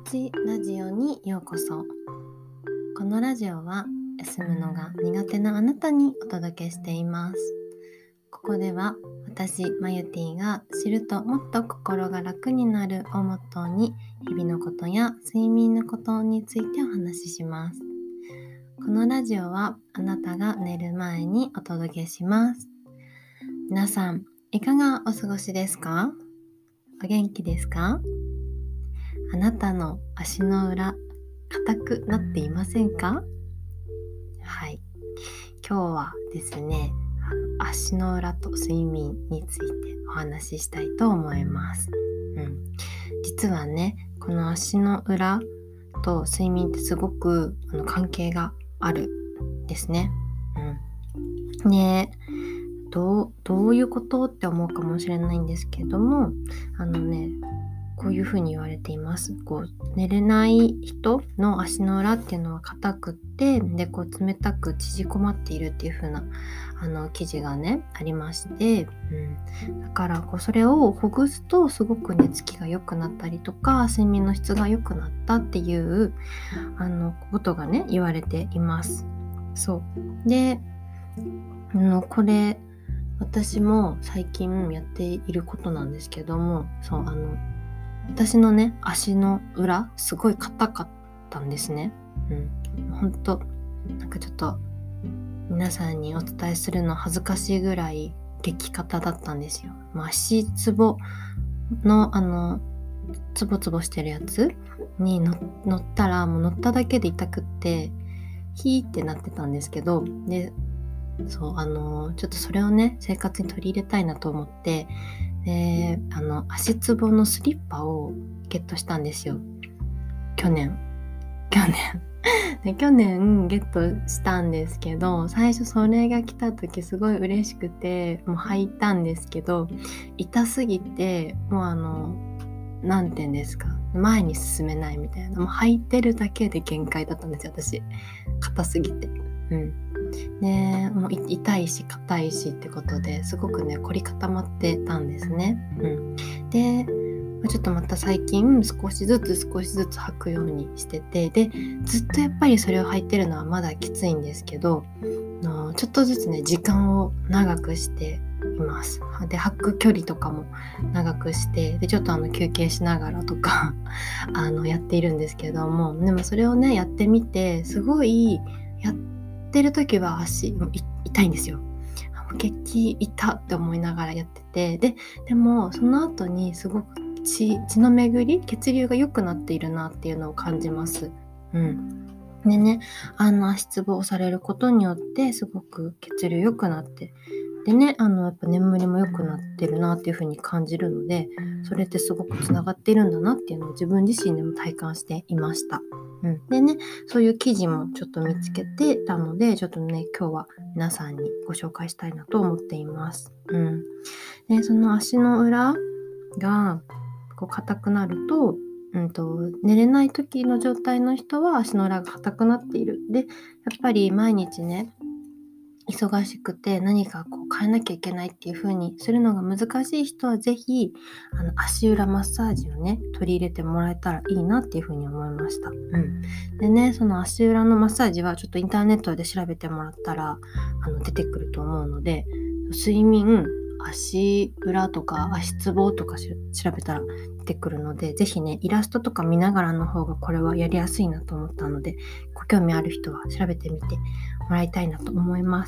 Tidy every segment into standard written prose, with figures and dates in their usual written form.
ちラジオにようこそ。このラジオは休むのが苦手なあなたにお届けしています。ここでは私マユティが知るともっと心が楽になるをモットーに日々のことや睡眠のことについてお話しします。このラジオはあなたが寝る前にお届けします。皆さんいかがお過ごしですか？お元気ですか？あなたの足の裏硬くなっていませんか？はい、今日はですね、足の裏と睡眠についてお話ししたいと思います。実はね、この足の裏と睡眠ってすごく関係があるんですね。ねえ、どういうことって思うかもしれないんですけども、こういうふうに言われています。寝れない人の足の裏っていうのは硬くってで冷たく縮こまっているっていう風な記事がねありまして、だからそれをほぐすとすごく寝つきが良くなったりとか睡眠の質が良くなったっていうことがね言われています。そうでこれ私も最近やっていることなんですけども、私のね足の裏すごい硬かったんですね。ほんとちょっと皆さんにお伝えするの恥ずかしいぐらい激硬だったんですよ。足つぼのつぼつぼしてるやつに乗ったらもう乗っただけで痛くってヒーってなってたんですけど、でちょっとそれをね生活に取り入れたいなと思って足つぼのスリッパをゲットしたんですよ。去年で去年ゲットしたんですけど、最初それが来た時すごい嬉しくてもう履いたんですけど、痛すぎてもうなんて言うんですか、前に進めないみたいな、もう履いてるだけで限界だったんですよ私。硬すぎて。でもう痛いし硬いしってことですごくね凝り固まってたんですね。でちょっとまた最近少しずつ履くようにしてて、でずっとやっぱりそれを履いてるのはまだきついんですけど、ちょっとずつね時間を長くしています。で履く距離とかも長くして、でちょっと休憩しながらとかやっているんですけども、でもそれをねやってみてすごいやってる時は足も痛いんですよ。激痛って思いながらやってて、でもその後にすごく血の巡り、血流が良くなっているなっていうのを感じます。でね、足つぼをされることによってすごく血流良くなって、でねやっぱ眠りも良くなってるなっていう風に感じるので、それってすごくつながっているんだなっていうのを自分自身でも体感していました。でね、そういう記事もちょっと見つけてたので、ちょっとね今日は皆さんにご紹介したいなと思っています。でその足の裏が硬くなると、寝れない時の状態の人は足の裏が硬くなっている。でやっぱり毎日ね忙しくて何か変えなきゃいけないっていう風にするのが難しい人はぜひ足裏マッサージをね取り入れてもらえたらいいなっていう風に思いました。でね、その足裏のマッサージはちょっとインターネットで調べてもらったら出てくると思うので、睡眠足裏とか足つぼとか調べたら出てくるので、ぜひねイラストとか見ながらの方がこれはやりやすいなと思ったので、ご興味ある人は調べてみてもらいたいなと思います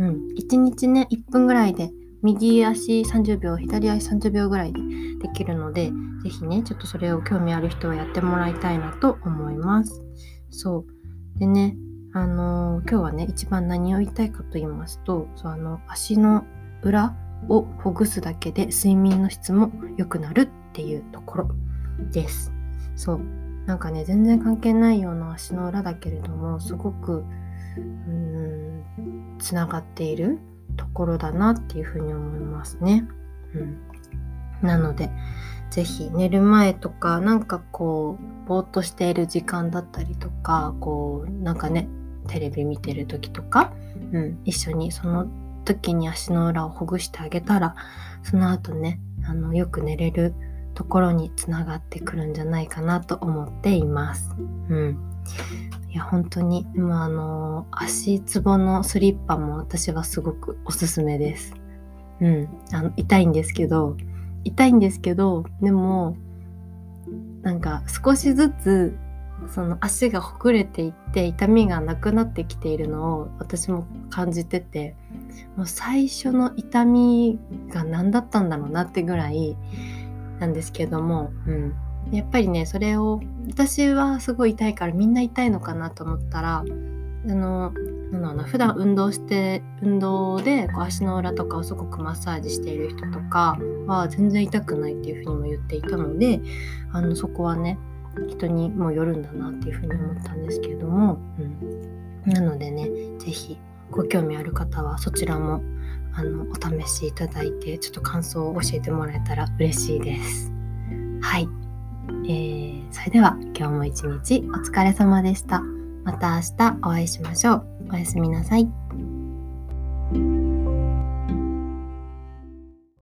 。1日ね1分ぐらいで右足30秒左足30秒ぐらいでできるので、ぜひねちょっとそれを興味ある人はやってもらいたいなと思います。そうでね、今日はね一番何を言いたいかと言いますと、足の裏をほぐすだけで睡眠の質も良くなるっていうところです。全然関係ないような足の裏だけれどもすごくつながっているところだなっていうふうに思いますね。なのでぜひ寝る前とかぼーっとしている時間だったりとかテレビ見てる時とか、一緒にその時に足の裏をほぐしてあげたら、その後ねよく寝れるところにつながってくるんじゃないかなと思っています。いや本当にでも足つぼのスリッパも私はすごくおすすめです。痛いんですけどでもなんか少しずつその足がほぐれていって痛みがなくなってきているのを私も感じてて、もう最初の痛みが何だったんだろうなってぐらいなんですけども、やっぱりねそれを私はすごい痛いからみんな痛いのかなと思ったら普段運動でこう足の裏とかをすごくマッサージしている人とかは全然痛くないっていうふうにも言っていたので、そこはね人にもよるんだなっていうふうに思ったんですけれども、なのでねぜひご興味ある方はそちらもお試しいただいてちょっと感想を教えてもらえたら嬉しいです。はい、それでは今日も一日お疲れ様でした。また明日お会いしましょう。おやすみなさい。